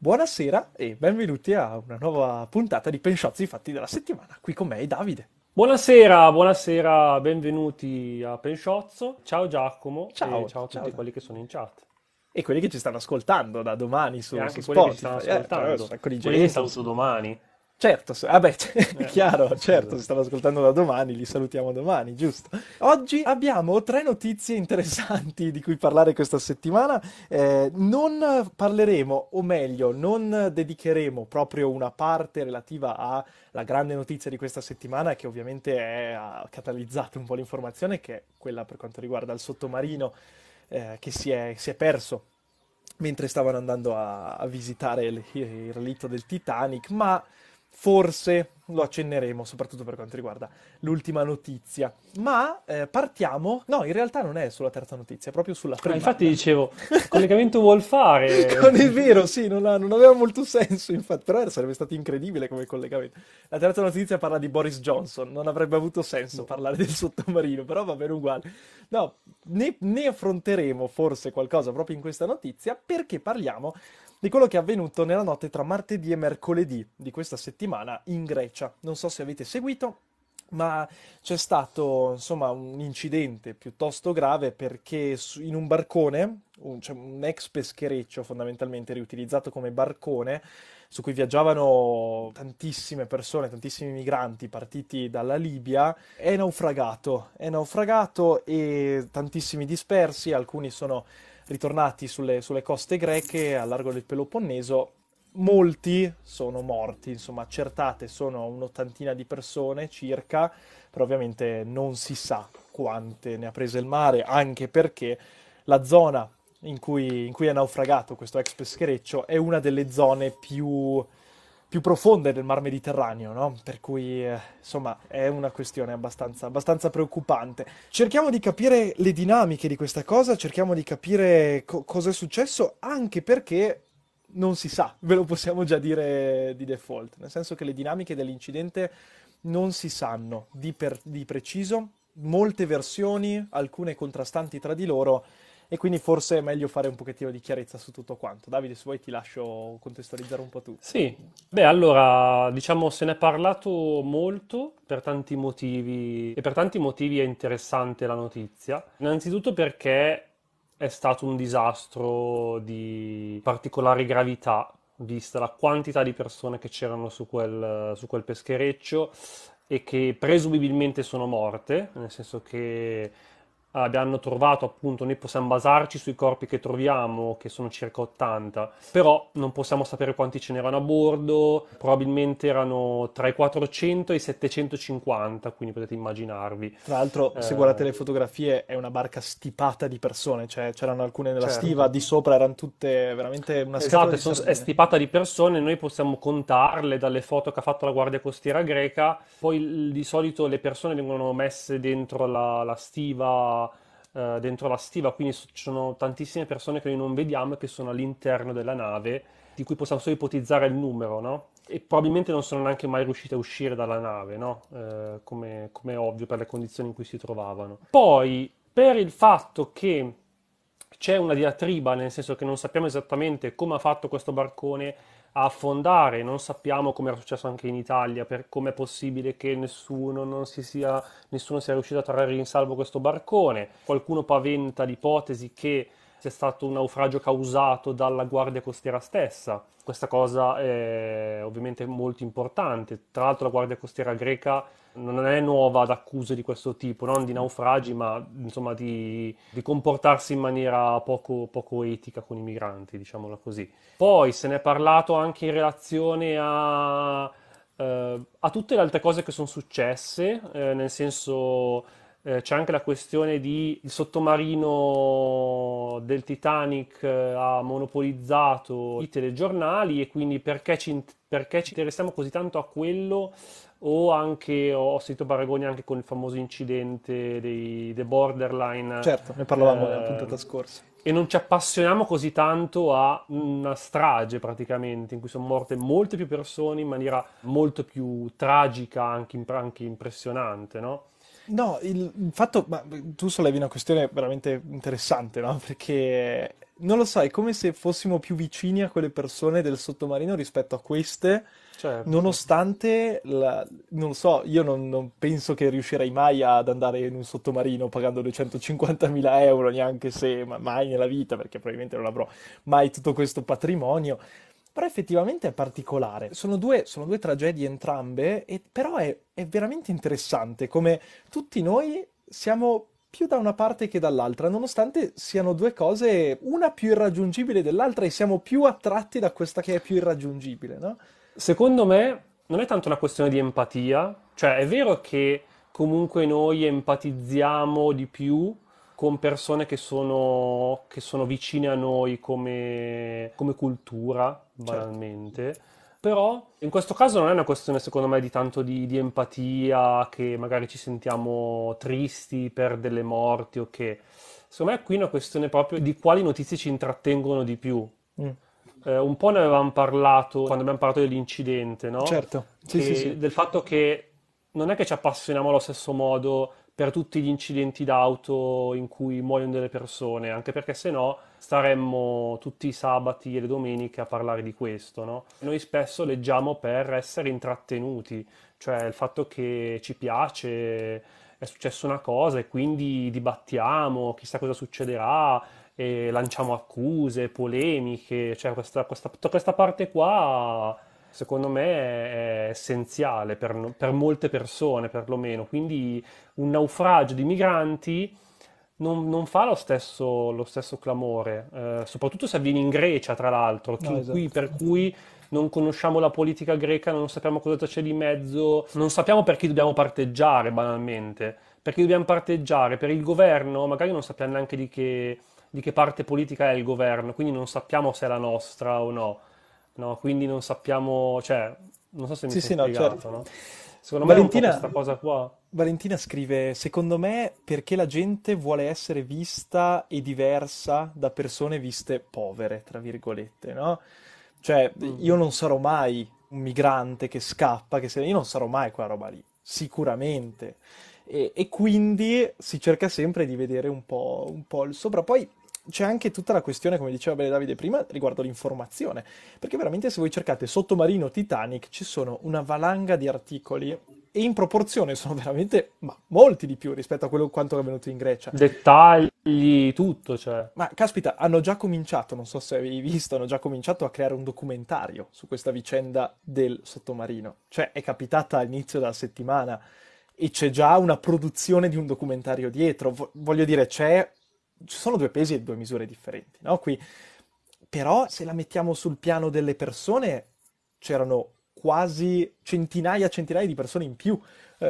Buonasera e benvenuti a una nuova puntata di Pensiozzi fatti della settimana. Qui con me è Davide. Buonasera, buonasera, benvenuti a Pensciozzo. Ciao Giacomo e Ciao, ciao a ciao tutti Davide. quelli che sono in chat. E quelli che ci stanno ascoltando da domani E su anche quelli che ci stanno Spotify. Un ascoltando. sacco di Quelli che gente. saluto domani. Certo, vabbè, è chiaro, certo, si Esatto. stanno ascoltando da domani, li salutiamo domani, giusto? Oggi abbiamo tre notizie interessanti di cui parlare questa settimana. Non parleremo, o meglio, non dedicheremo proprio una parte relativa alla grande notizia di questa settimana, che ovviamente ha catalizzato un po' l'informazione, che è quella per quanto riguarda il sottomarino che si è perso mentre stavano andando a visitare il relitto del Titanic, ma forse lo accenneremo, soprattutto per quanto riguarda l'ultima notizia. Ma partiamo. No, in realtà non è sulla terza notizia, è proprio sulla prima. Infatti dicevo, che collegamento vuol fare? Non è vero, sì, non aveva molto senso, infatti, però sarebbe stato incredibile come collegamento. La terza notizia parla di Boris Johnson, non avrebbe avuto senso Boh. parlare del sottomarino, però va bene uguale. No, ne affronteremo forse qualcosa proprio in questa notizia, perché parliamo di quello che è avvenuto nella notte tra martedì e mercoledì di questa settimana in Grecia. Non so se avete seguito, ma c'è stato insomma un incidente piuttosto grave perché in un barcone, cioè un ex peschereccio fondamentalmente riutilizzato come barcone, su cui viaggiavano tantissime persone, tantissimi migranti partiti dalla Libia, è naufragato e tantissimi dispersi, alcuni sono ritornati sulle coste greche al largo del Peloponneso. Molti sono morti, insomma, accertate sono un'ottantina di persone circa, però ovviamente non si sa quante ne ha prese il mare, anche perché la zona in cui è naufragato questo ex peschereccio è una delle zone più profonde del Mar Mediterraneo, no? Per cui, insomma, è una questione abbastanza preoccupante. Cerchiamo di capire le dinamiche di questa cosa, cerchiamo di capire cosa è successo, anche perché non si sa, ve lo possiamo già dire di default, nel senso che le dinamiche dell'incidente non si sanno di preciso, molte versioni, alcune contrastanti tra di loro, e quindi forse è meglio fare un pochettino di chiarezza su tutto quanto. Davide, se vuoi ti lascio contestualizzare un po' tu. Sì, beh, allora, diciamo, se ne è parlato molto per tanti motivi e per tanti motivi è interessante la notizia. Innanzitutto perché è stato un disastro di particolare gravità, vista la quantità di persone che c'erano su quel peschereccio e che presumibilmente sono morte, nel senso che abbiamo trovato appunto, noi possiamo basarci sui corpi che troviamo, che sono circa 80, però non possiamo sapere quanti ce n'erano a bordo, probabilmente erano tra i 400 e i 750, quindi potete immaginarvi. Tra l'altro, se guardate Eh, le fotografie, è una barca stipata di persone, cioè c'erano alcune nella stiva, certo. di sopra erano tutte veramente una scatola Esatto, di è sardine. stipata di persone, noi possiamo contarle dalle foto che ha fatto la Guardia Costiera greca, poi di solito le persone vengono messe dentro la stiva, quindi ci sono tantissime persone che noi non vediamo e che sono all'interno della nave, di cui possiamo solo ipotizzare il numero, no? E probabilmente non sono neanche mai riuscite a uscire dalla nave, no? Come è ovvio per le condizioni in cui si trovavano. Poi, per il fatto che c'è una diatriba, nel senso che non sappiamo esattamente come ha fatto questo barcone a affondare, non sappiamo come era successo anche in Italia, per come è possibile che nessuno sia riuscito a trarre in salvo questo barcone. Qualcuno paventa l'ipotesi che sia stato un naufragio causato dalla Guardia Costiera stessa. Questa cosa è ovviamente molto importante. Tra l'altro la Guardia Costiera greca non è nuova ad accuse di questo tipo, non di naufragi, ma insomma di comportarsi in maniera poco etica con i migranti, diciamola così. Poi se ne è parlato anche in relazione a tutte le altre cose che sono successe, nel senso c'è anche la questione di il sottomarino del Titanic ha monopolizzato i telegiornali e quindi perché ci interessiamo così tanto a quello o anche ho sentito paragoni anche con il famoso incidente dei Borderline Certo, ne parlavamo nella eh, puntata scorsa. e non ci appassioniamo così tanto a una strage praticamente in cui sono morte molte più persone in maniera molto più tragica, anche impressionante, no? No, il fatto, ma tu sollevi una questione veramente interessante, no? Perché non lo so, è come se fossimo più vicini a quelle persone del sottomarino rispetto a queste, Certo. nonostante, non lo so, io non penso che riuscirei mai ad andare in un sottomarino pagando 250.000 euro, neanche se, ma mai nella vita, perché probabilmente non avrò mai tutto questo patrimonio. Però effettivamente è particolare. Sono due tragedie entrambe, però è veramente interessante come tutti noi siamo più da una parte che dall'altra, nonostante siano due cose, una più irraggiungibile dell'altra, e siamo più attratti da questa che è più irraggiungibile, no? Secondo me non è tanto una questione di empatia, cioè è vero che comunque noi empatizziamo di più con persone che sono vicine a noi come cultura, Certo. banalmente, però in questo caso non è una questione secondo me di tanto di empatia, che magari ci sentiamo tristi per delle morti o che... Secondo me qui è una questione proprio di quali notizie ci intrattengono di più. Mm. Un po' ne avevamo parlato quando abbiamo parlato dell'incidente, no? Certo, sì, sì, sì. Del fatto che non è che ci appassioniamo allo stesso modo per tutti gli incidenti d'auto in cui muoiono delle persone, anche perché se no staremmo tutti i sabati e le domeniche a parlare di questo, no? Noi spesso leggiamo per essere intrattenuti, cioè il fatto che ci piace, è successa una cosa e quindi dibattiamo, chissà cosa succederà, e lanciamo accuse, polemiche, cioè tutta questa parte qua secondo me è essenziale per molte persone perlomeno, quindi un naufragio di migranti non fa lo stesso clamore, soprattutto se avviene in Grecia tra l'altro, No, esatto. per cui non conosciamo la politica greca, non sappiamo cosa c'è di mezzo, non sappiamo per chi dobbiamo parteggiare banalmente, per chi dobbiamo parteggiare, per il governo, magari non sappiamo neanche di che parte politica è il governo, quindi non sappiamo se è la nostra o no, no? Quindi non sappiamo, cioè, non so se mi Sì, sono sì, no, certo. spiegato, no? Secondo me è un po' Valentina, questa cosa qua. Valentina scrive, secondo me perché la gente vuole essere vista e diversa da persone viste povere, tra virgolette, no? Cioè, io Mm. non sarò mai un migrante che scappa, io non sarò mai quella roba lì, sicuramente. E quindi si cerca sempre di vedere un po' il sopra. Poi c'è anche tutta la questione, come diceva bene Davide prima, riguardo l'informazione. Perché veramente se voi cercate sottomarino Titanic ci sono una valanga di articoli e in proporzione sono veramente, ma molti di più rispetto a quello quanto è avvenuto in Grecia. Dettagli, tutto, cioè. Ma caspita, hanno già cominciato, non so se avevi visto, hanno già cominciato a creare un documentario su questa vicenda del sottomarino. Cioè è capitata all'inizio della settimana e c'è già una produzione di un documentario dietro. Voglio dire, ci sono due pesi e due misure differenti, no? Qui però se la mettiamo sul piano delle persone, c'erano quasi centinaia e centinaia di persone in più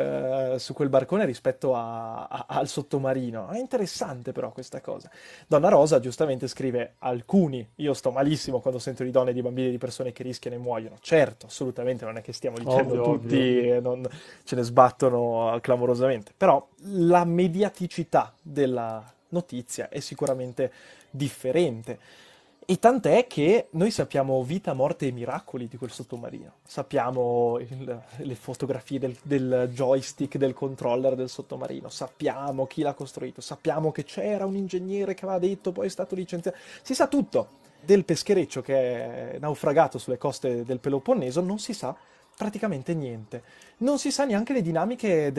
su quel barcone rispetto al sottomarino. È interessante però questa cosa. Donna Rosa giustamente scrive alcuni, io sto malissimo quando sento di donne, di bambini, di persone che rischiano e muoiono. Certo, assolutamente, non è che stiamo dicendo Ovvio, ovvio. tutti non ce ne sbattono clamorosamente, però la mediaticità della notizia è sicuramente differente. E tant'è che noi sappiamo vita, morte e miracoli di quel sottomarino. Sappiamo le fotografie del joystick, del controller del sottomarino. Sappiamo chi l'ha costruito. Sappiamo che c'era un ingegnere che aveva detto, poi è stato licenziato. Si sa tutto. Del peschereccio che è naufragato sulle coste del Peloponneso non si sa praticamente niente. Non si sa neanche le dinamiche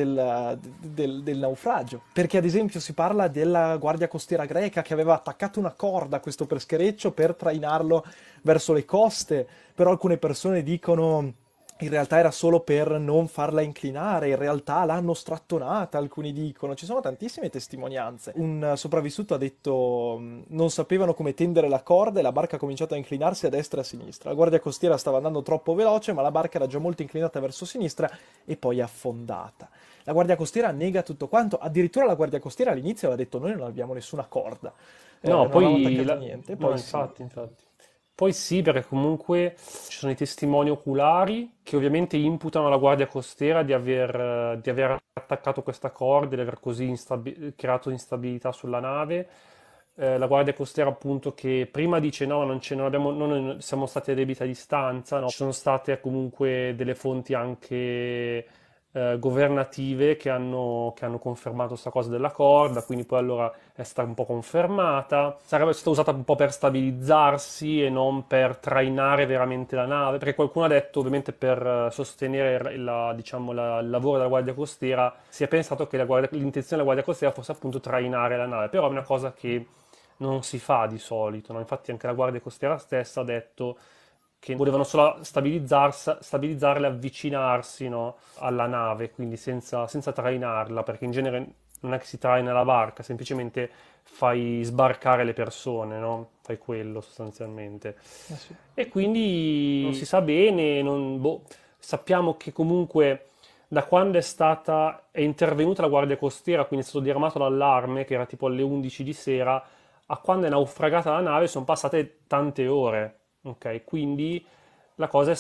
del naufragio, perché ad esempio si parla della guardia costiera greca che aveva attaccato una corda a questo peschereccio per trainarlo verso le coste, però alcune persone dicono in realtà era solo per non farla inclinare, in realtà l'hanno strattonata, alcuni dicono, ci sono tantissime testimonianze. Un sopravvissuto ha detto non sapevano come tendere la corda e la barca ha cominciato a inclinarsi a destra e a sinistra. La guardia costiera stava andando troppo veloce, ma la barca era già molto inclinata verso sinistra e poi è affondata. La guardia costiera nega tutto quanto, addirittura la guardia costiera all'inizio aveva detto noi non abbiamo nessuna corda, No, non avevamo poi, attaccato niente, e no, poi sì. infatti, infatti. Poi sì, perché comunque ci sono i testimoni oculari che ovviamente imputano alla Guardia Costiera di aver attaccato questa corda e di aver così creato instabilità sulla nave. La Guardia Costiera appunto che prima dice no, non abbiamo, non siamo stati a debita distanza, no. Ci sono state comunque delle fonti anche governative che hanno confermato questa cosa della corda, quindi poi allora è stata un po' confermata. Sarebbe stata usata un po' per stabilizzarsi e non per trainare veramente la nave, perché qualcuno ha detto ovviamente per sostenere diciamo, il lavoro della Guardia Costiera si è pensato che l'intenzione della Guardia Costiera fosse appunto trainare la nave, però è una cosa che non si fa di solito, no? Infatti anche la Guardia Costiera stessa ha detto che volevano solo stabilizzarla e avvicinarsi, no, alla nave, quindi senza trainarla, perché in genere non è che si traina la barca, semplicemente fai sbarcare le persone, no? Fai quello sostanzialmente. Eh sì. E quindi non si sa bene, boh, sappiamo che comunque da quando è intervenuta la Guardia Costiera, quindi è stato diramato l'allarme, che era tipo alle 11 di sera, a quando è naufragata la nave sono passate tante ore, ok? Quindi la cosa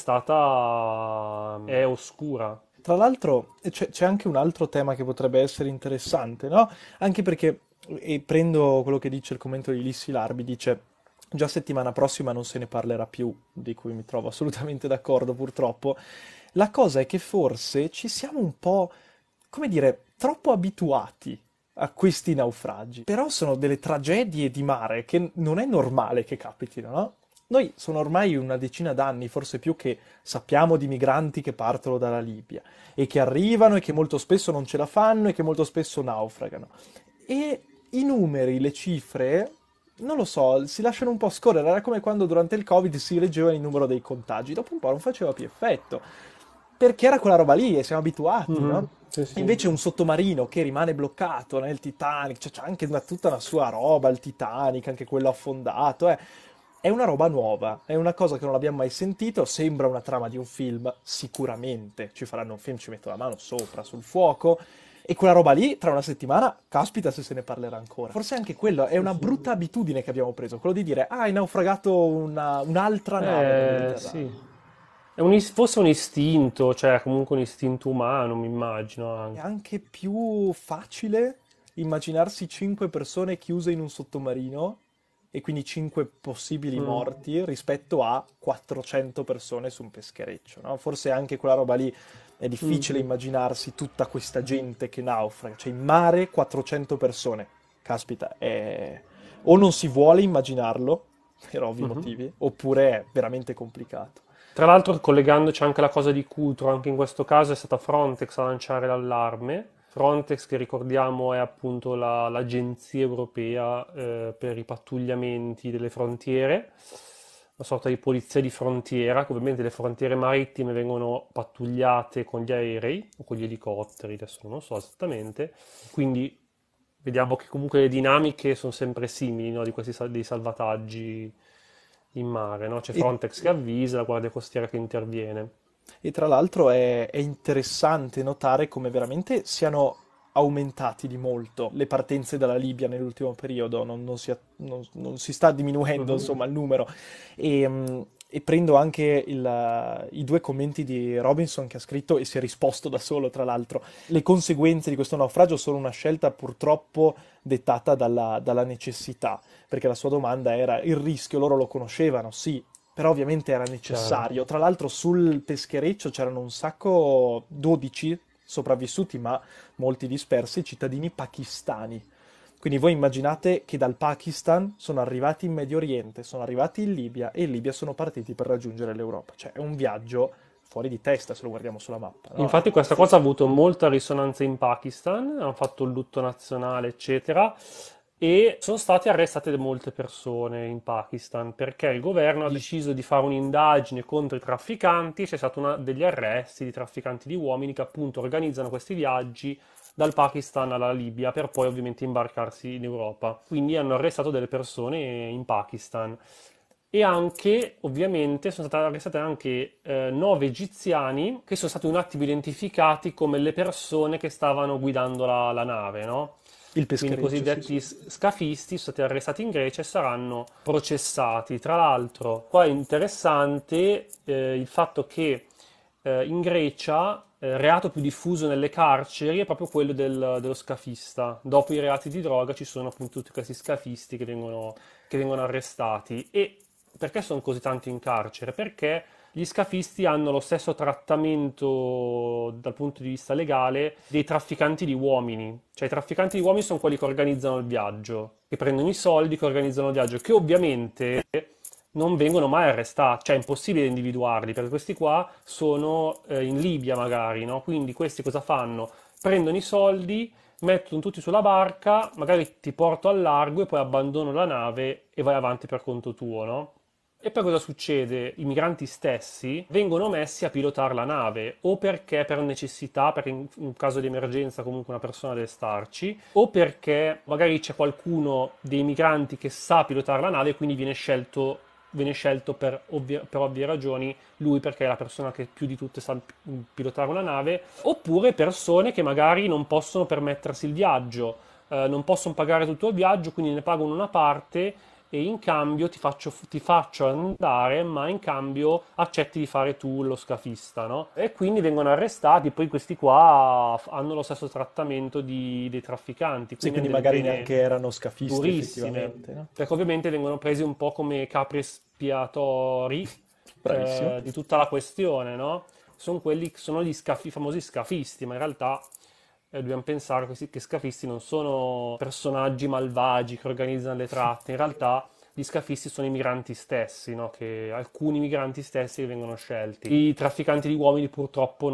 è oscura. Tra l'altro c'è anche un altro tema che potrebbe essere interessante, no? Anche perché, e prendo quello che dice il commento di Lissi Larbi, dice già settimana prossima non se ne parlerà più, di cui mi trovo assolutamente d'accordo purtroppo. La cosa è che forse ci siamo un po', come dire, troppo abituati a questi naufragi. Però sono delle tragedie di mare che non è normale che capitino, no? Noi sono ormai una decina d'anni, forse più, che sappiamo di migranti che partono dalla Libia e che arrivano e che molto spesso non ce la fanno e che molto spesso naufragano. E i numeri, le cifre, non lo so, si lasciano un po' scorrere. Era come quando durante il Covid si leggeva il numero dei contagi, dopo un po' non faceva più effetto, perché era quella roba lì e siamo abituati, Mhm, no? sì, sì. Invece un sottomarino che rimane bloccato nel Titanic, cioè c'è anche tutta una sua roba, il Titanic, anche quello affondato, è una roba nuova, è una cosa che non abbiamo mai sentito, sembra una trama di un film, sicuramente ci faranno un film, ci metto la mano sopra, sul fuoco, e quella roba lì, tra una settimana, caspita se se ne parlerà ancora. Forse anche quello è Sì, una sì. brutta abitudine che abbiamo preso, quello di dire, ah, hai naufragato un'altra nave nel Sì. Mediterraneo. Forse un istinto, cioè comunque un istinto umano, mi immagino È anche. anche più facile immaginarsi 5 persone chiuse in un sottomarino e quindi 5 possibili Mm, morti rispetto a 400 persone su un peschereccio, no? Forse anche quella roba lì è mm. difficile immaginarsi tutta questa gente che naufraga, cioè in mare 400 persone. Caspita, o non si vuole immaginarlo, per ovvi Mhm. motivi, oppure è veramente complicato. Tra l'altro, collegandoci anche alla cosa di Cutro, anche in questo caso è stata Frontex a lanciare l'allarme. Frontex, che ricordiamo è appunto l'agenzia europea per i pattugliamenti delle frontiere, una sorta di polizia di frontiera, che ovviamente le frontiere marittime vengono pattugliate con gli aerei o con gli elicotteri, adesso non lo so esattamente. Quindi vediamo che comunque le dinamiche sono sempre simili, no, di questi dei salvataggi in mare, no? C'è E Frontex che avvisa, la Guardia Costiera che interviene. E tra l'altro è interessante notare come veramente siano aumentati di molto le partenze dalla Libia nell'ultimo periodo, non si sta diminuendo Mhm. insomma il numero. E prendo anche i due commenti di Robinson che ha scritto e si è risposto da solo, tra l'altro. Le conseguenze di questo naufragio sono una scelta purtroppo dettata dalla necessità, perché la sua domanda era il rischio, loro lo conoscevano, sì, però ovviamente era Chiaro. necessario. Tra l'altro sul peschereccio c'erano un sacco, 12 sopravvissuti, ma molti dispersi, cittadini pakistani. Quindi voi immaginate che dal Pakistan sono arrivati in Medio Oriente, sono arrivati in Libia e in Libia sono partiti per raggiungere l'Europa. Cioè è un viaggio fuori di testa se lo guardiamo sulla mappa, no? Infatti questa cosa ha avuto molta risonanza in Pakistan, hanno fatto il lutto nazionale, eccetera, e sono state arrestate molte persone in Pakistan perché il governo ha deciso di fare un'indagine contro i trafficanti, c'è stato degli arresti di trafficanti di uomini che appunto organizzano questi viaggi dal Pakistan alla Libia per poi ovviamente imbarcarsi in Europa. Quindi hanno arrestato delle persone in Pakistan. E anche, ovviamente, sono state arrestate anche 9 egiziani che sono stati un attimo identificati come le persone che stavano guidando la nave, no? Il Quindi i peschereccio, sì, sì. cosiddetti scafisti sono stati arrestati in Grecia e saranno processati. Tra l'altro, qua è interessante il fatto che in Grecia il reato più diffuso nelle carceri è proprio quello dello scafista. Dopo i reati di droga ci sono appunto tutti questi scafisti che vengono arrestati. E perché sono così tanti in carcere? Perché gli scafisti hanno lo stesso trattamento dal punto di vista legale dei trafficanti di uomini. Cioè i trafficanti di uomini sono quelli che organizzano il viaggio, che prendono i soldi, che organizzano il viaggio, che ovviamente non vengono mai arrestati, cioè è impossibile individuarli, perché questi qua sono in Libia magari, no? Quindi questi cosa fanno? Prendono i soldi, mettono tutti sulla barca, magari ti porto al largo e poi abbandono la nave e vai avanti per conto tuo, no? E poi cosa succede? I migranti stessi vengono messi a pilotare la nave, o perché per necessità, perché in caso di emergenza comunque una persona deve starci, o perché magari c'è qualcuno dei migranti che sa pilotare la nave e quindi viene scelto per ovvie ragioni lui perché è la persona che più di tutte sa pilotare una nave, oppure persone che magari non possono permettersi il viaggio, non possono pagare tutto il viaggio, quindi ne pagano una parte e in cambio ti faccio andare, ma in cambio accetti di fare tu lo scafista, no? E quindi vengono arrestati, poi questi qua hanno lo stesso trattamento dei trafficanti, Sì, quindi hanno quindi delle magari pene neanche erano scafisti durissime, effettivamente, no? perché ovviamente vengono presi un po' come capri espiatori Bravissimo. di tutta la questione, no? Sono quelli che sono i famosi scafisti, ma in realtà dobbiamo pensare che scafisti non sono personaggi malvagi che organizzano le tratte, in realtà gli scafisti sono i migranti stessi, no? Alcuni migranti stessi che vengono scelti. I trafficanti di uomini purtroppo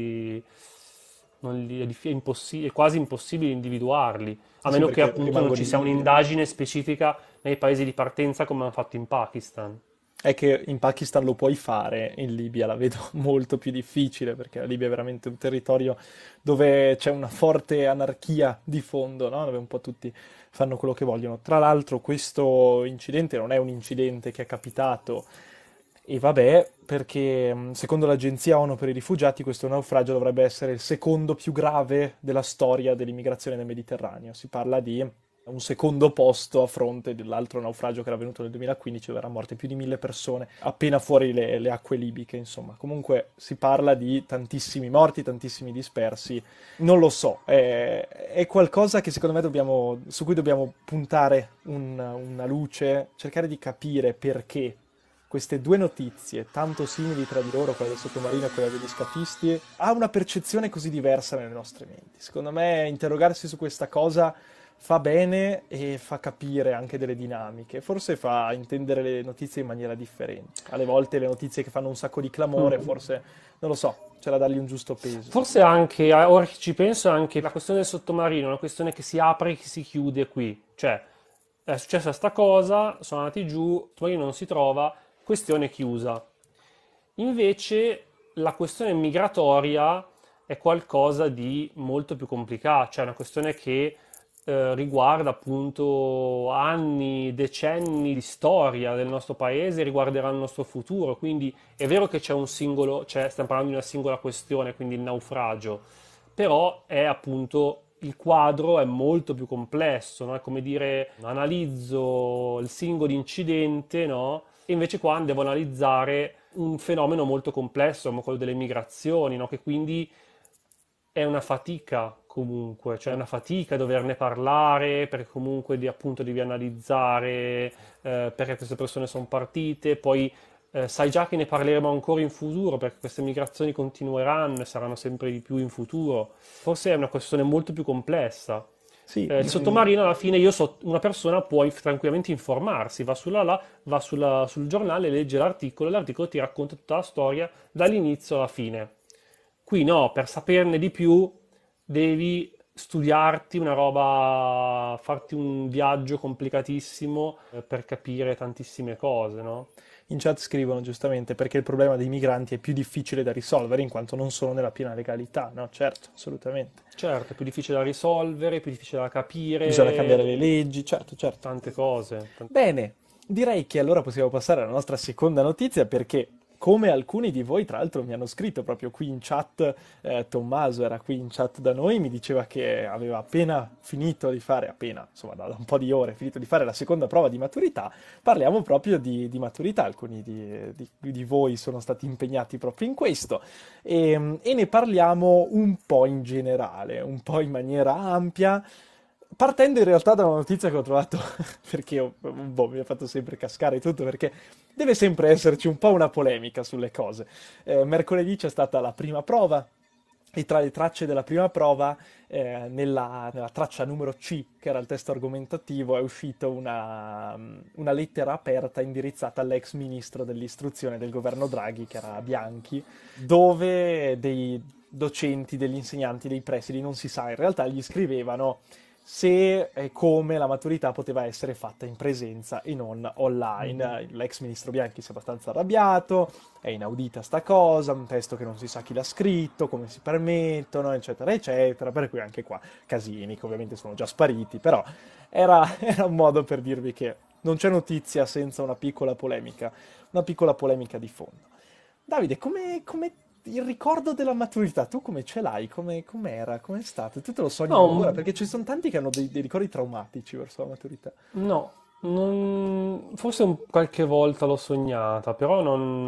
è quasi impossibile individuarli, a Sì, meno che perché appunto non rimangono ci sia immobili. un'indagine specifica nei paesi di partenza come hanno fatto in Pakistan. È che in Pakistan lo puoi fare, in Libia la vedo molto più difficile perché la Libia è veramente un territorio dove c'è una forte anarchia di fondo, no? Dove un po' tutti fanno quello che vogliono. Tra l'altro questo incidente non è un incidente che è capitato e vabbè, perché secondo l'Agenzia ONU per i rifugiati questo naufragio dovrebbe essere il secondo più grave della storia dell'immigrazione nel Mediterraneo. Si parla di un secondo posto a fronte dell'altro naufragio che era avvenuto nel 2015, dove erano morte più di 1000 persone appena fuori le acque libiche, insomma. Comunque si parla di tantissimi morti, tantissimi dispersi. Non lo so, è qualcosa che secondo me su cui dobbiamo puntare una luce, cercare di capire perché queste due notizie, tanto simili tra di loro, quella del sottomarino e quella degli scafisti, ha una percezione così diversa nelle nostre menti. Secondo me interrogarsi su questa cosa fa bene e fa capire anche delle dinamiche, forse fa intendere le notizie in maniera differente. Alle volte le notizie che fanno un sacco di clamore, Mm. forse, non lo so, c'è da dargli un giusto peso. Forse anche, ora che ci penso, anche la questione del sottomarino è una questione che si apre e che si chiude qui. Cioè, è successa sta cosa, sono andati giù, il sottomarino non si trova, questione chiusa. Invece la questione migratoria è qualcosa di molto più complicato, cioè è una questione che riguarda appunto anni, decenni di storia del nostro paese, riguarderà il nostro futuro, quindi è vero che c'è un singolo, cioè stiamo parlando di una singola questione, quindi il naufragio, però è appunto il quadro è molto più complesso, no? È come dire, analizzo il singolo incidente, no? E invece qua devo analizzare un fenomeno molto complesso, come quello delle migrazioni, no? Che quindi è una fatica comunque, cioè è una fatica doverne parlare, perché comunque appunto devi analizzare perché queste persone sono partite, poi sai già che ne parleremo ancora in futuro, perché queste migrazioni continueranno e saranno sempre di più in futuro. Forse è una questione molto più complessa. Sì, Il sottomarino, alla fine, una persona può tranquillamente informarsi, sul giornale, legge l'articolo, e l'articolo ti racconta tutta la storia dall'inizio alla fine. Qui no, per saperne di più devi studiarti una roba, farti un viaggio complicatissimo per capire tantissime cose, no? in chat scrivono giustamente perché il problema dei migranti è più difficile da risolvere in quanto non sono nella piena legalità, no? Certo, assolutamente. Certo, è più difficile da risolvere, più difficile da Bisogna cambiare capire, le leggi, certo, certo. tante cose. Bene, direi che allora possiamo passare alla nostra seconda notizia perché, come alcuni di voi, tra l'altro, mi hanno scritto proprio qui in chat, Tommaso era qui in chat da noi, mi diceva che aveva appena finito di fare, appena, insomma, da un po' di ore, finito di fare la seconda prova di maturità, parliamo proprio di maturità, alcuni di voi sono stati impegnati proprio in questo e ne parliamo un po' in generale, un po' in maniera ampia Partendo in realtà da una notizia che ho trovato, perché boh, mi ha fatto sempre cascare tutto, perché deve sempre esserci un po' una polemica sulle cose. Mercoledì c'è stata la prima prova, e tra le tracce della prima prova, nella traccia numero C, che era il testo argomentativo, è uscita una lettera aperta indirizzata all'ex ministro dell'istruzione del governo Draghi, che era Bianchi, dove dei docenti, degli insegnanti, dei presidi, non si sa, in realtà gli scrivevano se e come la maturità poteva essere fatta in presenza e non Mhm. online. L'ex ministro Bianchi si è abbastanza arrabbiato, è inaudita sta cosa, un testo che non si sa chi l'ha scritto, come si permettono, eccetera, eccetera, per cui anche qua casini che ovviamente sono già spariti, però era un modo per dirvi che non c'è notizia senza una piccola polemica di fondo. Davide, come il ricordo della maturità, tu come ce l'hai? Com'era? Com'è stato? Tu te lo sogni No, ancora? Perché ci sono tanti che hanno dei ricordi traumatici verso la maturità. no, forse qualche volta l'ho sognata, però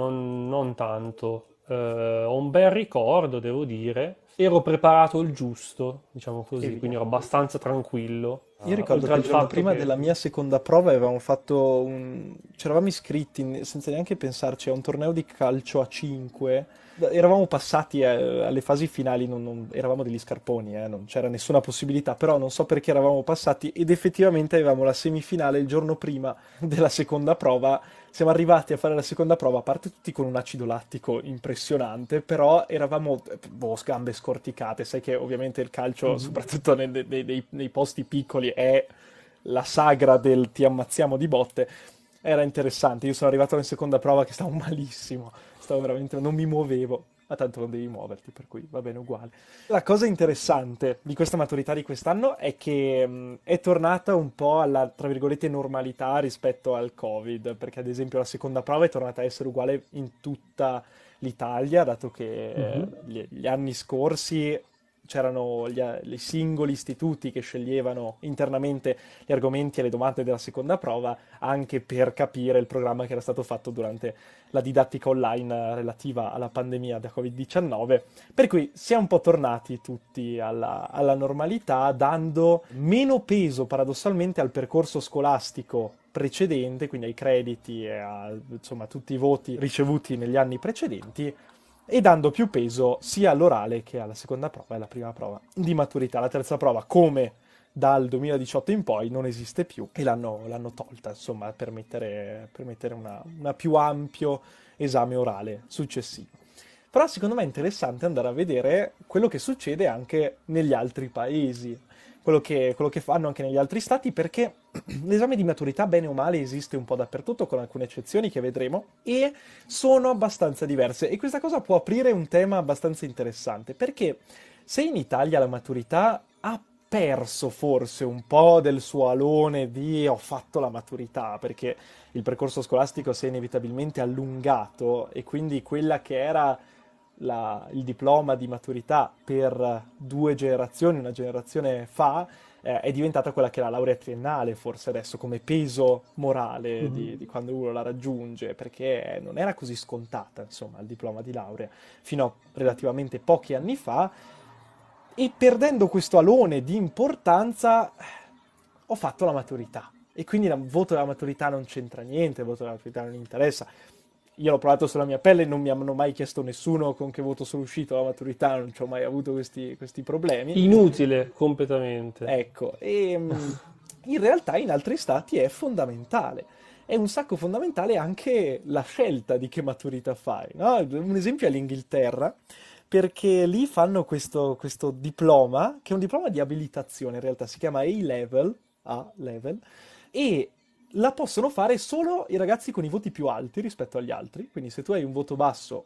non tanto. Ho un bel ricordo, devo dire. Ero preparato il giusto, diciamo E così, via. quindi ero abbastanza tranquillo. Io ricordo Oltre che il al giorno fatto prima che... della mia seconda prova avevamo fatto c'eravamo iscritti senza neanche pensarci a un torneo di calcio a 5. Eravamo passati alle fasi finali, eravamo degli scarponi, non c'era nessuna possibilità, però non so perché eravamo passati ed effettivamente avevamo la semifinale il giorno prima della seconda prova. Siamo arrivati a fare la seconda prova, a parte tutti con un acido lattico impressionante, però eravamo, boh, gambe scorticate. Sai che ovviamente il calcio, Mhm. soprattutto nei posti piccoli, è la sagra del ti ammazziamo di botte. Era interessante. Io sono arrivato alla seconda prova che stavo malissimo, stavo veramente, non mi muovevo. Ma tanto non devi muoverti, per cui va bene uguale. La cosa interessante di questa maturità di quest'anno è che è tornata un po' alla, tra virgolette, normalità rispetto al Covid, perché ad esempio la seconda prova è tornata a essere uguale in tutta l'Italia, dato che Mhm. gli anni scorsi c'erano i singoli istituti che sceglievano internamente gli argomenti e le domande della seconda prova, anche per capire il programma che era stato fatto durante la didattica online relativa alla pandemia da Covid-19, per cui siamo un po' tornati tutti alla normalità, dando meno peso paradossalmente al percorso scolastico precedente, quindi ai crediti e a insomma, tutti i voti ricevuti negli anni precedenti, e dando più peso sia all'orale che alla seconda prova e alla prima prova di maturità. La terza prova, come dal 2018 in poi, non esiste più e l'hanno tolta, insomma, per mettere una più ampio esame orale successivo. Però secondo me è interessante andare a vedere quello che succede anche negli altri paesi, quello che fanno anche negli altri stati, perché l'esame di maturità, bene o male, esiste un po' dappertutto, con alcune eccezioni che vedremo, e sono abbastanza diverse. E questa cosa può aprire un tema abbastanza interessante, perché se in Italia la maturità ha perso forse un po' del suo alone di ho fatto la maturità, perché il percorso scolastico si è inevitabilmente allungato e quindi quella che era il diploma di maturità per due generazioni, una generazione fa, è diventata quella che è la laurea triennale, forse adesso, come peso morale Mhm. di quando uno la raggiunge, perché non era così scontata, insomma, il diploma di laurea, fino a relativamente pochi anni fa, e perdendo questo alone di importanza, ho fatto la maturità. E quindi il voto della maturità non c'entra niente, il voto della maturità non interessa. Io l'ho provato sulla mia pelle, non mi hanno mai chiesto nessuno con che voto sono uscito alla maturità, non ci ho mai avuto questi problemi. Inutile, completamente. Ecco, e in realtà in altri stati è fondamentale. È un sacco fondamentale anche la scelta di che maturità fai, no? Un esempio è l'Inghilterra, perché lì fanno questo diploma, che è un diploma di abilitazione, in realtà si chiama A-Level, A-Level, e la possono fare solo i ragazzi con i voti più alti rispetto agli altri, quindi se tu hai un voto basso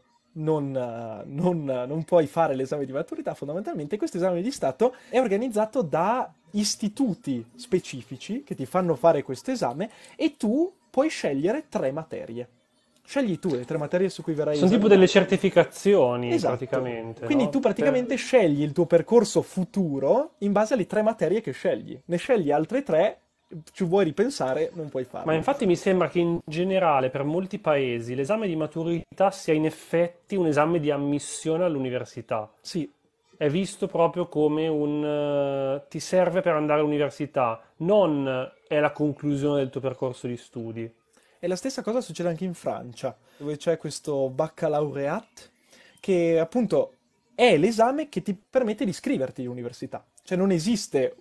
non puoi fare l'esame di maturità fondamentalmente. Questo esame di Stato è organizzato da istituti specifici che ti fanno fare questo esame e tu puoi scegliere tre materie. Scegli tu le tre materie su cui verrai Sono tipo delle esaminato. certificazioni, Esatto. praticamente, Quindi tu no? praticamente scegli il tuo percorso futuro in base alle tre materie che scegli. Ne scegli altre tre, ci vuoi ripensare, non puoi Ma farlo. infatti mi sembra che in generale per molti paesi l'esame di maturità sia in effetti un esame di ammissione all'università. Sì, è visto proprio come ti serve per andare all'università, non è la conclusione del tuo percorso di studi. E la stessa cosa succede anche in Francia, dove c'è questo baccalaureat, che appunto è l'esame che ti permette di iscriverti all'università. Cioè non esiste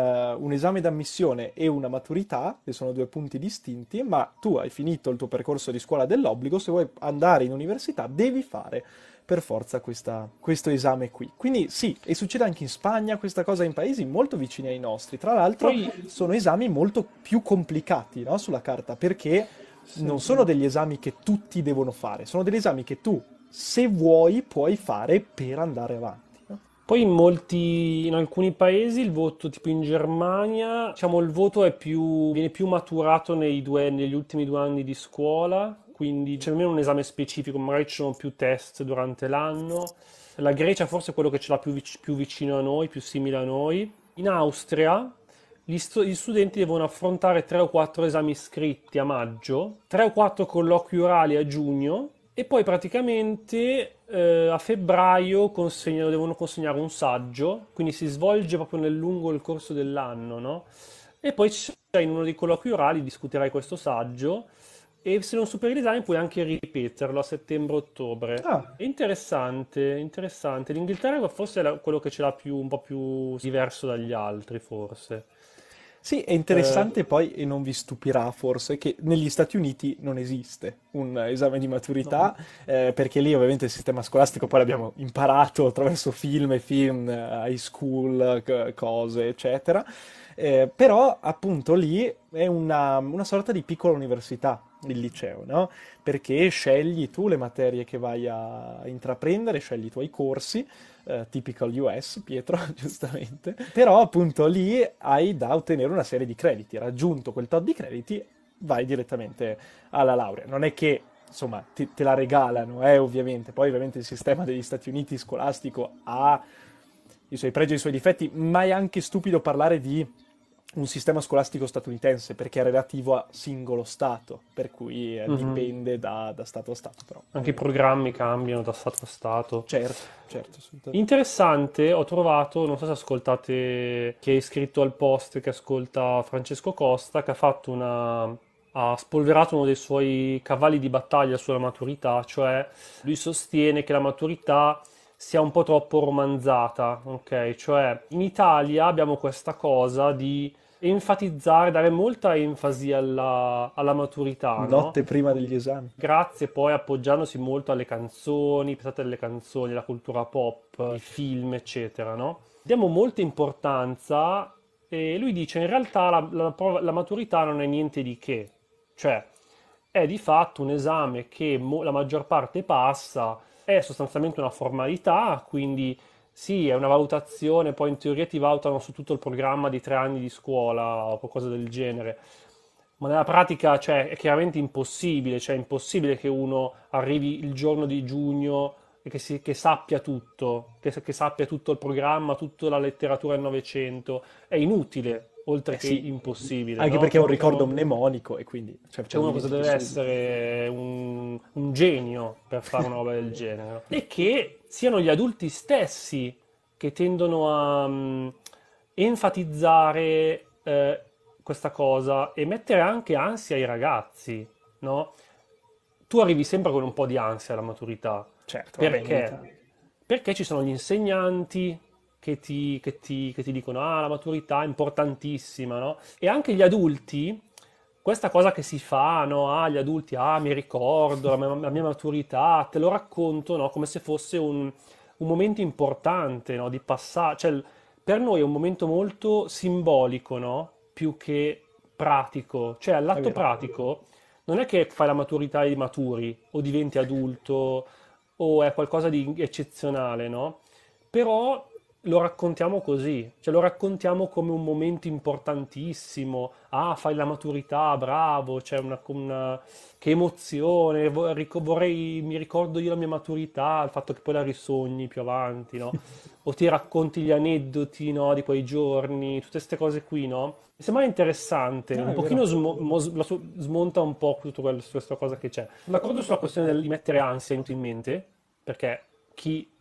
un esame d'ammissione e una maturità, che sono due punti distinti, ma tu hai finito il tuo percorso di scuola dell'obbligo, se vuoi andare in università devi fare per forza questo esame qui. Quindi sì, e succede anche in Spagna, questa cosa in paesi molto vicini ai nostri. Tra l'altro Poi, sono esami molto più complicati, no, sulla carta, perché sì. non sono degli esami che tutti devono fare, sono degli esami che tu, se vuoi, puoi fare per andare avanti, no? Poi in alcuni paesi il voto, tipo in Germania, diciamo il voto viene più maturato negli ultimi 2 anni di scuola, quindi c'è almeno un esame specifico, magari ci sono più test durante l'anno. La Grecia forse è quello che ce l'ha più vicino a noi, più simile a noi. In Austria gli studenti devono affrontare 3 o 4 esami scritti a maggio, 3 o 4 colloqui orali a giugno e poi praticamente a febbraio devono consegnare un saggio, quindi si svolge proprio lungo il corso dell'anno, no? E poi in uno dei colloqui orali discuterai questo saggio e se non superi l'esame puoi anche ripeterlo a settembre-ottobre. Ah, È interessante, interessante. L'Inghilterra forse è quello che ce l'ha un po' più diverso dagli altri, forse. sì, è Eh, interessante poi, e non vi stupirà forse, che negli Stati Uniti non esiste un esame di no. maturità, perché lì ovviamente il sistema scolastico poi l'abbiamo imparato attraverso film e film, high school, cose, eccetera. Però appunto lì è una sorta di piccola università, il liceo, no? Perché scegli tu le materie che vai a intraprendere, scegli i tuoi corsi, typical US, Pietro, giustamente. Però appunto lì hai da ottenere una serie di crediti. Raggiunto quel tot di crediti, vai direttamente alla laurea. Non è che, insomma, te la regalano, ovviamente. Poi ovviamente il sistema degli Stati Uniti scolastico ha i suoi pregi e i suoi difetti, ma è anche stupido parlare di un sistema scolastico statunitense perché è relativo a singolo stato, per cui Mhm. dipende da stato a stato, però. Anche i programmi cambiano da stato a stato. Certo, certo, assolutamente. Interessante, ho trovato, non so se ascoltate, chi è iscritto al post che ascolta Francesco Costa, che ha spolverato uno dei suoi cavalli di battaglia sulla maturità, cioè lui sostiene che la maturità sia un po' troppo romanzata, ok? Cioè in Italia abbiamo questa cosa di enfatizzare, dare molta enfasi alla maturità, no? Notte prima degli esami. Grazie poi appoggiandosi molto alle canzoni, pensate alle canzoni, alla cultura pop, ai film, eccetera, no? Diamo molta importanza e lui dice in realtà la maturità non è niente di che, cioè è di fatto un esame che la maggior parte passa, è sostanzialmente una formalità, quindi sì, è una valutazione, poi in teoria ti valutano su tutto il programma di 3 anni di scuola o qualcosa del genere. Ma nella pratica, cioè, è chiaramente impossibile, cioè è impossibile che uno arrivi il giorno di giugno e che sappia tutto, che sappia tutto il programma, tutta la letteratura del Novecento. È inutile, oltre Eh che sì, impossibile, anche no? perché è un ricordo mnemonico e quindi Cioè uno cosa dimentichi deve subito. essere un genio per fare una roba del genere, no? E che siano gli adulti stessi che tendono a enfatizzare questa cosa e mettere anche ansia ai ragazzi, no? Tu arrivi sempre con un po' di ansia alla maturità. Certo, vabbè, in Perché? Italia. Perché ci sono gli insegnanti che ti dicono, ah, la maturità è importantissima, no? E anche gli adulti, questa cosa che si fa, no? Ah, gli adulti, ah, mi ricordo la mia maturità, te lo racconto, no? Come se fosse un momento importante, no? Di passare, cioè, per noi è un momento molto simbolico, no? Più che pratico. Cioè, È all'atto vero. pratico non è che fai la maturità e maturi o diventi adulto o è qualcosa di eccezionale, no? Però lo raccontiamo così, cioè lo raccontiamo come un momento importantissimo. Ah, fai la maturità, bravo, c'è che emozione, mi ricordo io la mia maturità, il fatto che poi la risogni più avanti, no? O ti racconti gli aneddoti, no, di quei giorni, tutte queste cose qui, no? Mi sembra interessante, No, un è pochino vero. smonta un po' tutto questa cosa che c'è. Sono d'accordo sulla questione di mettere ansia inutilmente, perché chi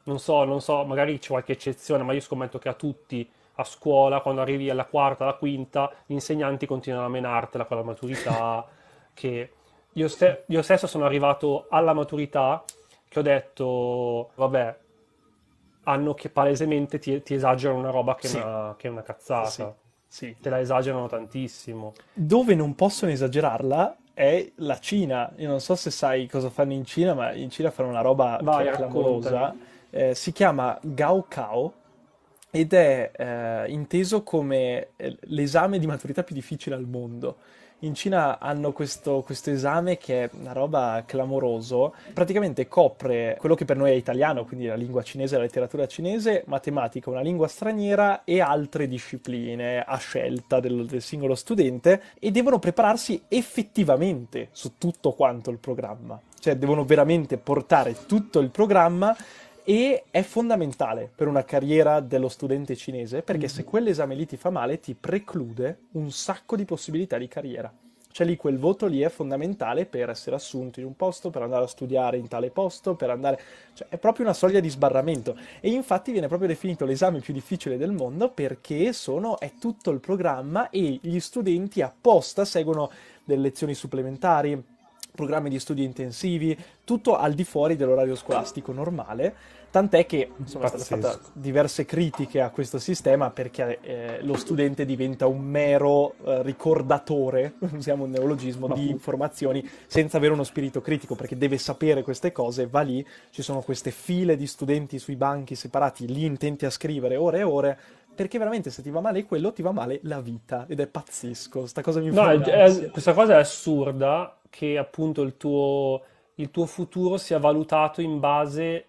non so, magari c'è qualche eccezione, ma io scommetto che a tutti a scuola, quando arrivi alla quarta, alla quinta, gli insegnanti continuano a menartela con la maturità, che io stesso sono arrivato alla maturità che ho detto, vabbè, hanno che palesemente ti esagerano una roba Sì, che è una sì, cazzata. sì. Te la esagerano tantissimo. Dove non possono esagerarla è la Cina. Io non so se sai cosa fanno in Cina, ma in Cina fanno una roba che Vai, è raccontami. clamorosa. Si chiama Gaokao ed è inteso come l'esame di maturità più difficile al mondo. In Cina hanno questo esame che è una roba clamoroso, praticamente copre quello che per noi è italiano, quindi la lingua cinese, la letteratura cinese, matematica, una lingua straniera e altre discipline a scelta del singolo studente e devono prepararsi effettivamente su tutto quanto il programma. Cioè devono veramente portare tutto il programma e è fondamentale per una carriera dello studente cinese perché se quell'esame lì ti fa male ti preclude un sacco di possibilità di carriera. Cioè lì quel voto lì è fondamentale per essere assunto in un posto, per andare a studiare in tale posto, per andare... Cioè è proprio una soglia di sbarramento e infatti viene proprio definito l'esame più difficile del mondo perché è tutto il programma e gli studenti apposta seguono delle lezioni supplementari, programmi di studi intensivi, tutto al di fuori dell'orario scolastico normale, tant'è che insomma, è stata fatta Pazzesco. diverse critiche a questo sistema perché lo studente diventa un mero ricordatore, usiamo un neologismo, Ma di pu- informazioni senza avere uno spirito critico, perché deve sapere queste cose, va lì, ci sono queste file di studenti sui banchi separati, lì intenti a scrivere ore e ore, perché veramente se ti va male quello, ti va male la vita, ed è pazzesco, sta cosa mi fa No, un'ansia. questa cosa è assurda che appunto il tuo futuro sia valutato in base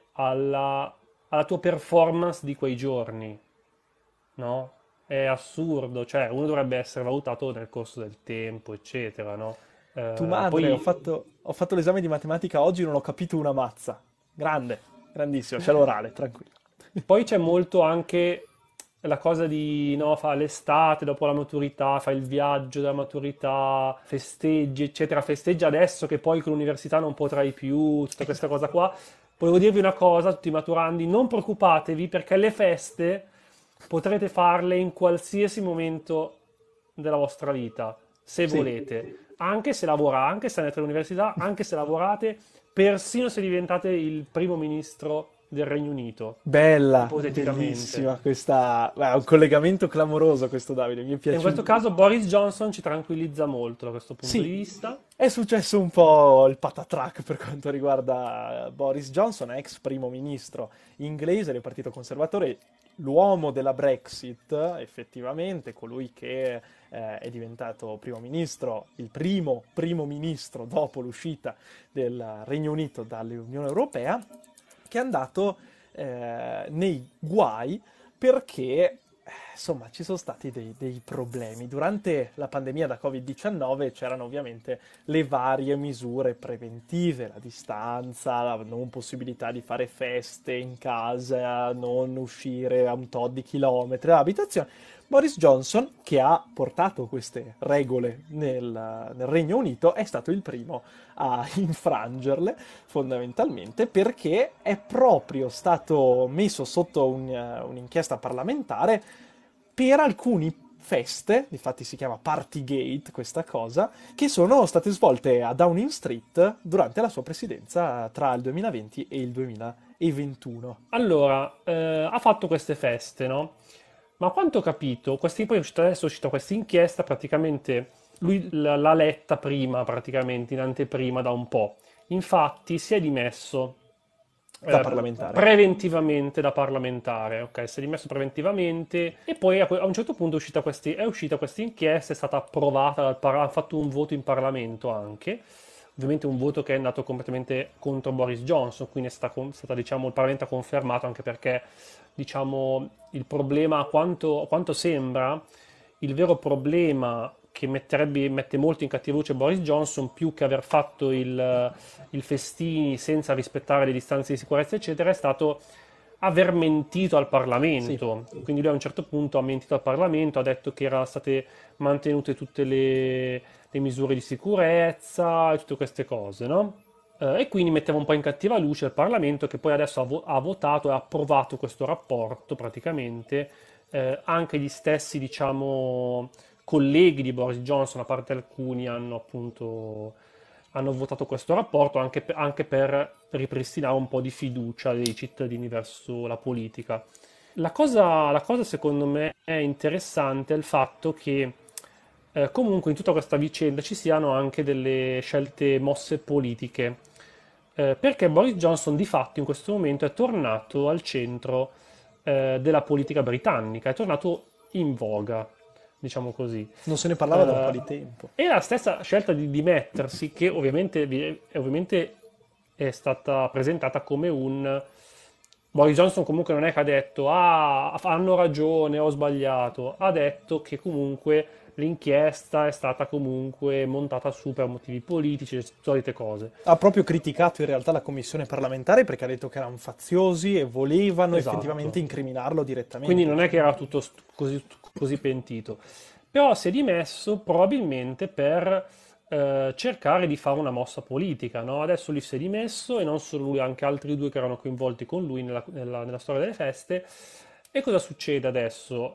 alla tua performance di quei giorni, no? È assurdo, cioè uno dovrebbe essere valutato nel corso del tempo, eccetera, no? Tu madre, Poi ho fatto l'esame di matematica oggi, non ho capito una mazza. Grande, grandissimo, c'è l'orale, tranquillo. Poi c'è molto anche la cosa di, no, fa l'estate, dopo la maturità, fa il viaggio della maturità, festeggi, eccetera. Festeggia adesso che poi con l'università non potrai più, tutta questa cosa Esatto. qua. Volevo dirvi una cosa, tutti i maturandi, non preoccupatevi perché le feste potrete farle in qualsiasi momento della vostra vita, se Sì, volete. Anche se lavorate, anche se andate all'università, anche se lavorate, persino se diventate il primo ministro del Regno Unito, bella, ipoteticamente. bellissima questa... Beh, è un collegamento clamoroso questo Davide, mi è E in questo piaciuto. caso Boris Johnson ci tranquillizza molto da questo punto di Sì, vista. è successo un po' il patatrack per quanto riguarda Boris Johnson, ex primo ministro inglese del Partito Conservatore, l'uomo della Brexit, effettivamente, colui che è diventato primo ministro, il primo ministro dopo l'uscita del Regno Unito dall'Unione Europea, che è andato nei guai perché insomma ci sono stati dei problemi. Durante la pandemia da Covid-19 c'erano ovviamente le varie misure preventive, la distanza, la non possibilità di fare feste in casa, non uscire a un tot di chilometri dall'abitazione. Boris Johnson, che ha portato queste regole nel Regno Unito, è stato il primo a infrangerle fondamentalmente perché è proprio stato messo sotto un'inchiesta parlamentare per alcune feste, infatti si chiama Partygate questa cosa, che sono state svolte a Downing Street durante la sua presidenza tra il 2020 e il 2021. Allora, ha fatto queste feste, no? Ma a quanto ho capito, poi adesso è uscita questa inchiesta, praticamente lui l'ha letta prima, praticamente in anteprima da un po'. Infatti si è dimesso Da parlamentare. preventivamente da parlamentare, ok? Si è dimesso preventivamente e poi a un certo punto è uscita questa inchiesta, è stata approvata ha fatto un voto in Parlamento anche, ovviamente un voto che è andato completamente contro Boris Johnson, quindi è stata, diciamo, il Parlamento ha confermato anche perché, diciamo, il problema, a quanto sembra, il vero problema che mette molto in cattiva luce Boris Johnson, più che aver fatto il festini senza rispettare le distanze di sicurezza, eccetera, è stato aver mentito al Sì. Parlamento. Quindi lui a un certo punto ha mentito al Parlamento, ha detto che erano state mantenute tutte le misure di sicurezza e tutte queste cose, no? e quindi metteva un po' in cattiva luce il Parlamento che poi adesso ha votato e ha approvato questo rapporto praticamente. Anche gli stessi, diciamo, colleghi di Boris Johnson, a parte alcuni, hanno appunto hanno votato questo rapporto anche per ripristinare un po' di fiducia dei cittadini verso la politica. La cosa secondo me è interessante è il fatto che comunque in tutta questa vicenda ci siano anche delle scelte mosse politiche, perché Boris Johnson di fatto in questo momento è tornato al centro della politica britannica, è tornato in voga, diciamo così. Non se ne parlava da un po' Eh, di tempo. e la stessa scelta di dimettersi, che ovviamente, ovviamente è stata presentata come un... Boris Johnson comunque non è che ha detto ah, hanno ragione, ho sbagliato, ha detto che comunque l'inchiesta è stata comunque montata su per motivi politici, le solite cose. Ha proprio criticato in realtà la commissione parlamentare perché ha detto che erano faziosi e volevano effettivamente Esatto. incriminarlo Quindi direttamente. non è che era tutto così pentito. Però si è dimesso probabilmente per cercare di fare una mossa politica, no? Adesso lui si è dimesso e non solo lui, anche altri due che erano coinvolti con lui nella storia delle feste. E cosa succede adesso?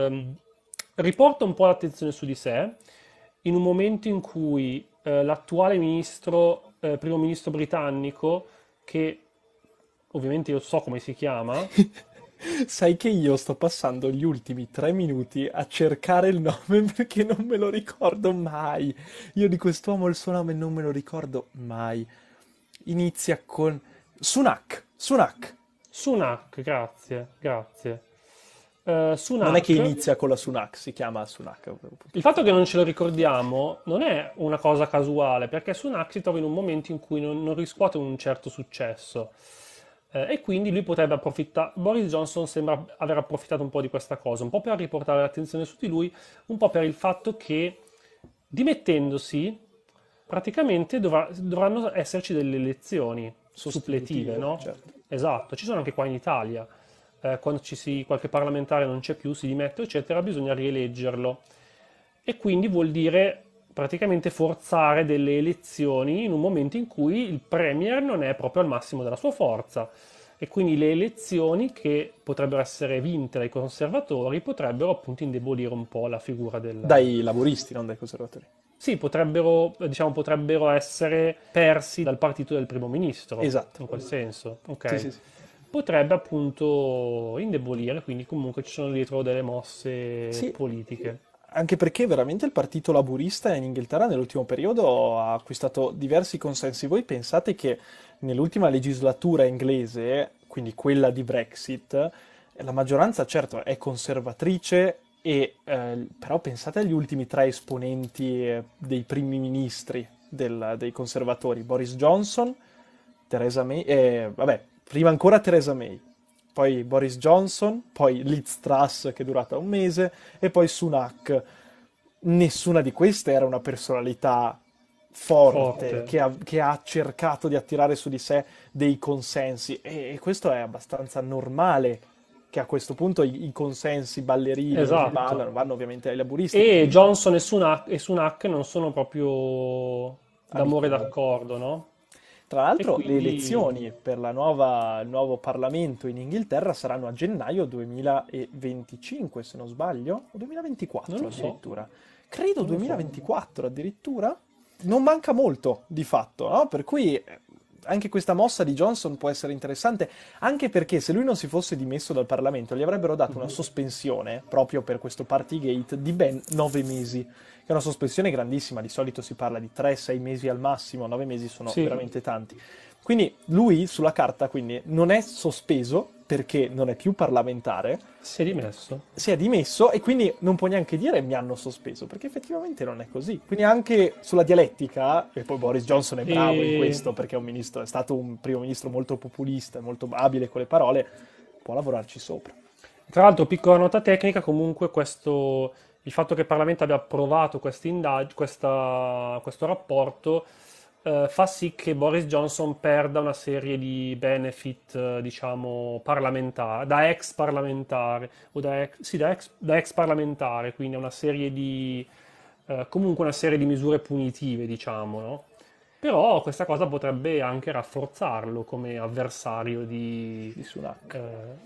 Riporta un po' l'attenzione su di sé in un momento in cui l'attuale ministro, primo ministro britannico, che ovviamente io so come si chiama. Sai che io sto passando gli ultimi 3 minuti a cercare il nome perché non me lo ricordo mai. Io di quest'uomo il suo nome non me lo ricordo mai. Inizia con Sunak. Sunak. Sunak, grazie, grazie. Non è che Sunak, inizia con la Sunak, si chiama Sunak. il fatto che non ce lo ricordiamo non è una cosa casuale, perché Sunak si trova in un momento in cui non riscuote un certo successo. E quindi lui potrebbe approfittare. Boris Johnson sembra aver approfittato un po' di questa cosa, un po' per riportare l'attenzione su di lui, un po' per il fatto che dimettendosi, praticamente dovranno esserci delle elezioni suppletive, Sostitutive, no? certo. Esatto, ci sono anche qua in Italia. Quando qualche parlamentare non c'è più, si dimette, eccetera, bisogna rieleggerlo. E quindi vuol dire praticamente forzare delle elezioni in un momento in cui il premier non è proprio al massimo della sua forza. E quindi le elezioni che potrebbero essere vinte dai conservatori potrebbero appunto indebolire un po' la figura del... Dai laburisti, non dai conservatori. Sì, potrebbero essere persi dal partito del primo ministro, Esatto. in quel senso, Sì, ok? sì, sì. Potrebbe appunto indebolire, quindi comunque ci sono dietro delle mosse Sì, politiche. anche perché veramente il partito laburista in Inghilterra nell'ultimo periodo ha acquistato diversi consensi. Voi pensate che nell'ultima legislatura inglese, quindi quella di Brexit, la maggioranza certo è conservatrice, però pensate agli ultimi tre esponenti dei primi ministri dei conservatori, Boris Johnson, Theresa May, vabbè, prima ancora Theresa May, poi Boris Johnson, poi Liz Truss che è durata un mese e poi Sunak. Nessuna di queste era una personalità forte Forte. che ha cercato di attirare su di sé dei consensi e questo è abbastanza normale che a questo punto i consensi ballerini che Esatto. ballano vanno ovviamente ai laburisti. E Johnson e Sunak non sono proprio d'amore Amichevole. d'accordo, no? Tra E l'altro, le quindi elezioni per il nuovo Parlamento in Inghilterra saranno a gennaio 2025, se non sbaglio, o non 2024 lo so, addirittura. Credo non lo so. 2024 addirittura. Non manca molto di fatto, no? Per cui anche questa mossa di Johnson può essere interessante, anche perché se lui non si fosse dimesso dal Parlamento, gli avrebbero dato una Mhm. sospensione proprio per questo Partygate di ben 9 mesi, che è una sospensione grandissima. Di solito si parla di 3-6 mesi al massimo, 9 mesi sono Sì, veramente tanti. Quindi lui sulla carta quindi non è sospeso perché non è più parlamentare, si è dimesso. si è dimesso e quindi non può neanche dire mi hanno sospeso, perché effettivamente non è così. Quindi anche sulla dialettica, e poi Boris Johnson è bravo in E questo perché è un ministro, è stato un primo ministro molto populista, molto abile con le parole, può lavorarci sopra. tra l'altro, piccola nota tecnica, comunque il fatto che il Parlamento abbia approvato questo rapporto fa sì che Boris Johnson perda una serie di benefit, diciamo, parlamentari, da ex parlamentare, o sì, da ex parlamentare, quindi una serie di, comunque una serie di misure punitive, diciamo, no? Però questa cosa potrebbe anche rafforzarlo come avversario di Sunak.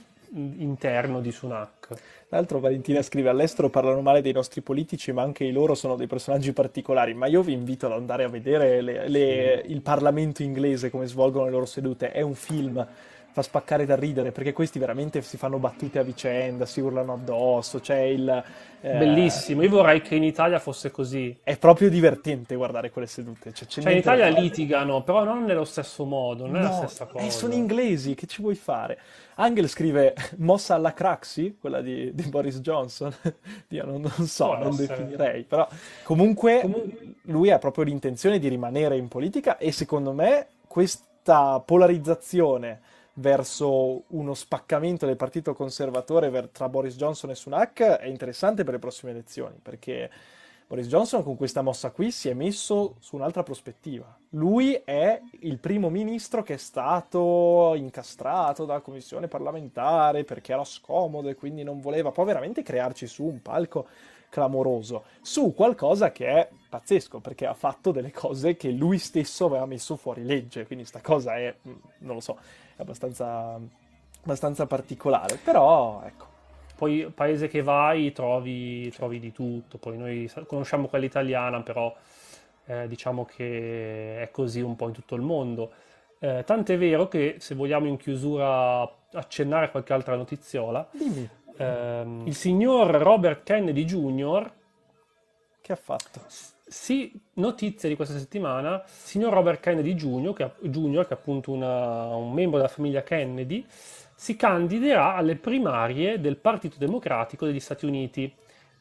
interno di Sunak. Tra l'altro Valentina scrive: all'estero parlano male dei nostri politici, ma anche i loro sono dei personaggi particolari. Ma io vi invito ad andare a vedere Sì. il Parlamento inglese, come svolgono le loro sedute. È un film, fa spaccare da ridere, perché questi veramente si fanno battute a vicenda, si urlano addosso. Bellissimo, io vorrei che in Italia fosse così. È proprio divertente guardare quelle sedute, cioè c'è Cioè in niente da Italia fare. litigano, però non nello stesso modo, non è la No, stessa sono cosa. inglesi, che ci vuoi fare? Angel scrive mossa alla Craxi, quella di Boris Johnson. Io non so, Può non essere. definirei, però comunque Comunque, lui ha proprio l'intenzione di rimanere in politica e secondo me questa polarizzazione verso uno spaccamento del partito conservatore tra Boris Johnson e Sunak è interessante per le prossime elezioni, perché Boris Johnson con questa mossa qui si è messo su un'altra prospettiva. Lui è il primo ministro che è stato incastrato dalla commissione parlamentare perché era scomodo e quindi non voleva poi veramente crearci su un palco clamoroso, su qualcosa che è pazzesco, perché ha fatto delle cose che lui stesso aveva messo fuori legge, quindi sta cosa è, non lo so, è abbastanza particolare, però ecco. poi paese che vai trovi di tutto. Poi noi conosciamo quella italiana, però diciamo che è così un po' in tutto il mondo. Tant'è vero che se vogliamo in chiusura accennare a qualche altra notiziola, Dimmi, il signor Robert Kennedy Jr. che ha fatto? Sì, notizia di questa settimana, signor Robert Kennedy Jr., che è appunto un membro della famiglia Kennedy, si candiderà alle primarie del Partito Democratico degli Stati Uniti.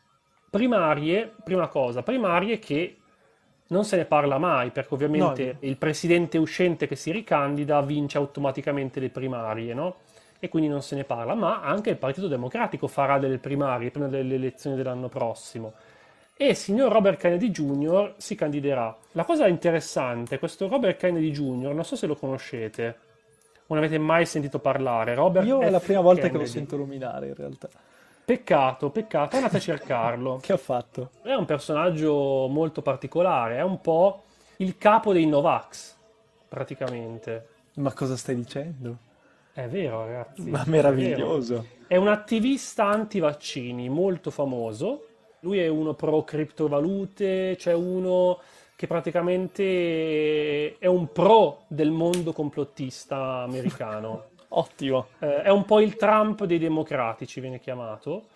Primarie, prima cosa, primarie che non se ne parla mai, perché No, ovviamente il presidente uscente che si ricandida vince automaticamente le primarie, no? E quindi non se ne parla, ma anche il Partito Democratico farà delle primarie prima delle elezioni dell'anno prossimo. E il signor Robert Kennedy Jr. si candiderà. La cosa interessante, questo Robert Kennedy Jr., non so se lo conoscete, o ne avete mai sentito parlare, Robert io è la F. prima volta che lo Kennedy. sento nominare in realtà. Peccato, peccato, andate a cercarlo. Che ha fatto? È un personaggio molto particolare, è un po' il capo dei Novax, praticamente. Ma cosa stai dicendo? È vero, ragazzi, Ma è vero. meraviglioso. È un attivista anti-vaccini molto famoso. Lui è uno pro criptovalute, cioè uno che praticamente è un pro del mondo complottista americano. Ottimo, È un po' il Trump dei democratici, viene chiamato,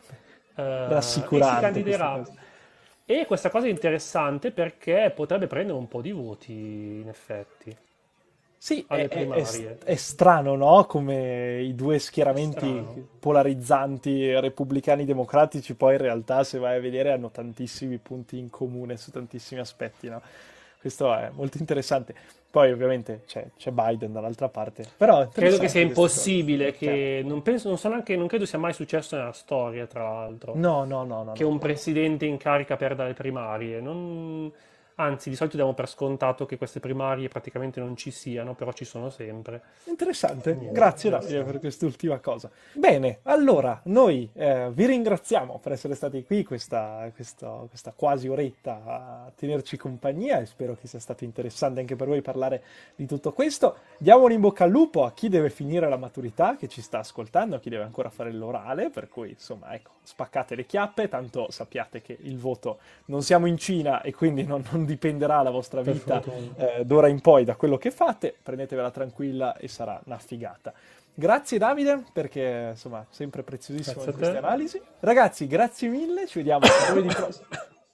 e si rassicurante questa candiderà. cosa. E questa cosa è interessante perché potrebbe prendere un po' di voti, in effetti, Sì, alle primarie. è strano, no? Come i due È schieramenti strano. polarizzanti, repubblicani democratici, poi in realtà, se vai a vedere, hanno tantissimi punti in comune su tantissimi aspetti, no? Questo è molto interessante. Poi, ovviamente, c'è Biden dall'altra parte. Però è Credo che sia interessante questa cosa. impossibile, Certo. che non penso, non so neanche, non credo sia mai successo nella storia, tra l'altro, No, no, no, no, che no. un presidente in carica perda le primarie. Anzi, di solito diamo per scontato che queste primarie praticamente non ci siano, però ci sono sempre. E Interessante, niente, grazie Davide per interessante. quest'ultima cosa. Bene, allora noi vi ringraziamo per essere stati qui questa quasi oretta a tenerci compagnia e spero che sia stato interessante anche per voi parlare di tutto questo. Diamo un in bocca al lupo a chi deve finire la maturità, che ci sta ascoltando, a chi deve ancora fare l'orale, per cui insomma ecco, spaccate le chiappe, tanto sappiate che il voto non siamo in Cina e quindi non dipenderà la vostra Per vita fortuna. d'ora in poi da quello che fate, prendetevela tranquilla e sarà una figata. Grazie Davide, perché insomma, sempre preziosissimo Grazie in a queste te. analisi. Ragazzi, grazie mille, ci vediamo giovedì prossimo.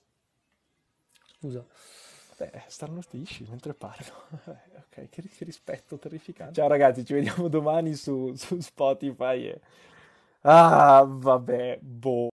Scusa. Starnutisci mentre parlo. Ok, che rispetto terrificante. Ciao ragazzi, ci vediamo domani su Spotify. Ah, vabbè, boh.